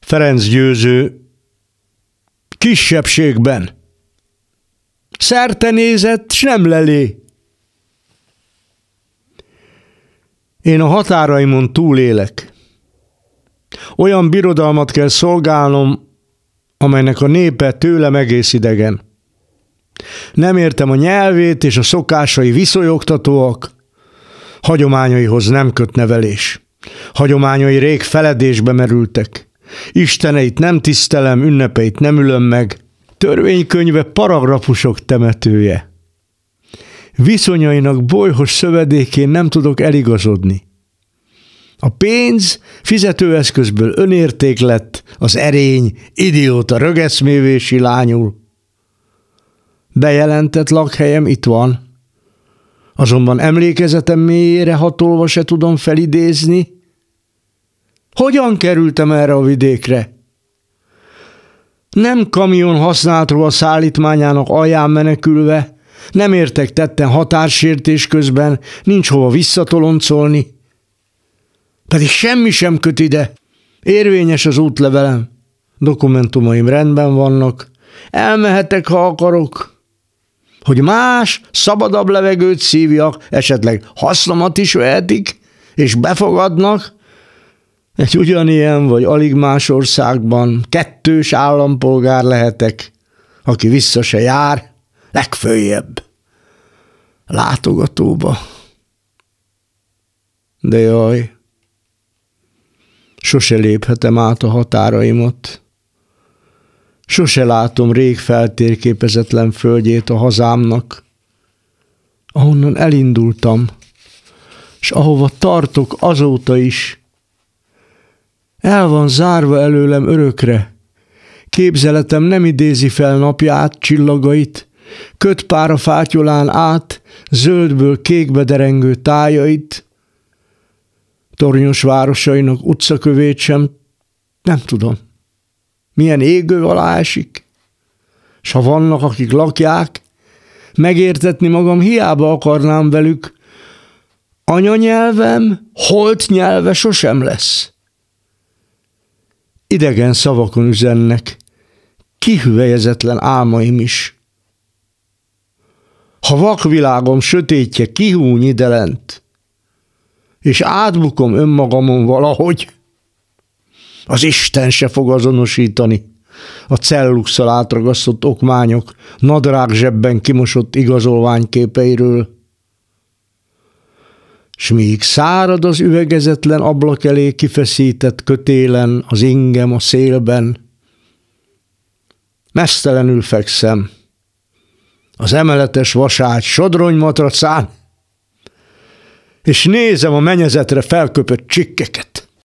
Ferenc győző kisebbségben. Szerte nézett, s nem lelé. Én a határaimon túlélek. Olyan birodalmat kell szolgálnom, amelynek a népe tőlem egész idegen. Nem értem a nyelvét, és a szokásai viszonyogtatóak. Hagyományaihoz nem köt nevelés. Hagyományai rég feledésbe merültek. Isteneit nem tisztelem, ünnepeit nem ülöm meg. Törvénykönyve paragrafusok temetője. Viszonyainak bolyhos szövedékén nem tudok eligazodni. A pénz fizetőeszközből önérték lett, az erény idióta rögeszmévé silányul. Bejelentett lakhelyem itt van, azonban emlékezetem mélyére hatolva se tudom felidézni. Hogyan kerültem erre a vidékre? Nem kamion használtról a szállítmányának alján menekülve, nem értek tetten határsértés közben, nincs hova visszatoloncolni. Pedig semmi sem köt ide. Érvényes az útlevelem. Dokumentumaim rendben vannak. Elmehetek, ha akarok. Hogy más, szabadabb levegőt szívjak, esetleg hasznomat is vehetik, és befogadnak, egy ugyanilyen vagy alig más országban kettős állampolgár lehetek, aki vissza se jár, legföljebb látogatóba. De jaj, sose léphetem át a határaimat. Sose látom rég feltérképezetlen földjét a hazámnak, ahonnan elindultam, s ahova tartok azóta is. El van zárva előlem örökre. Képzeletem nem idézi fel napját, csillagait, köt pár a fátyolán át, zöldből kékbe derengő tájait, tornyos városainak utcakövét sem, nem tudom. Milyen égő alá esik, s ha vannak, akik lakják, megértetni magam hiába akarnám velük, anyanyelvem holt nyelve sosem lesz. Idegen szavakon üzennek, kihüvelyezetlen álmaim is. Ha vakvilágom sötétje kihúny idelent, és átbukom önmagamon valahogy, az Isten se fog azonosítani a celluxal átragasztott okmányok, nadrág zsebben kimosott igazolványképeiről. S míg szárad az üvegezetlen ablak elé kifeszített kötélen az ingem a szélben, meztelenül fekszem az emeletes vaságy sodronymatracán, és nézem a mennyezetre felköpött csikkeket.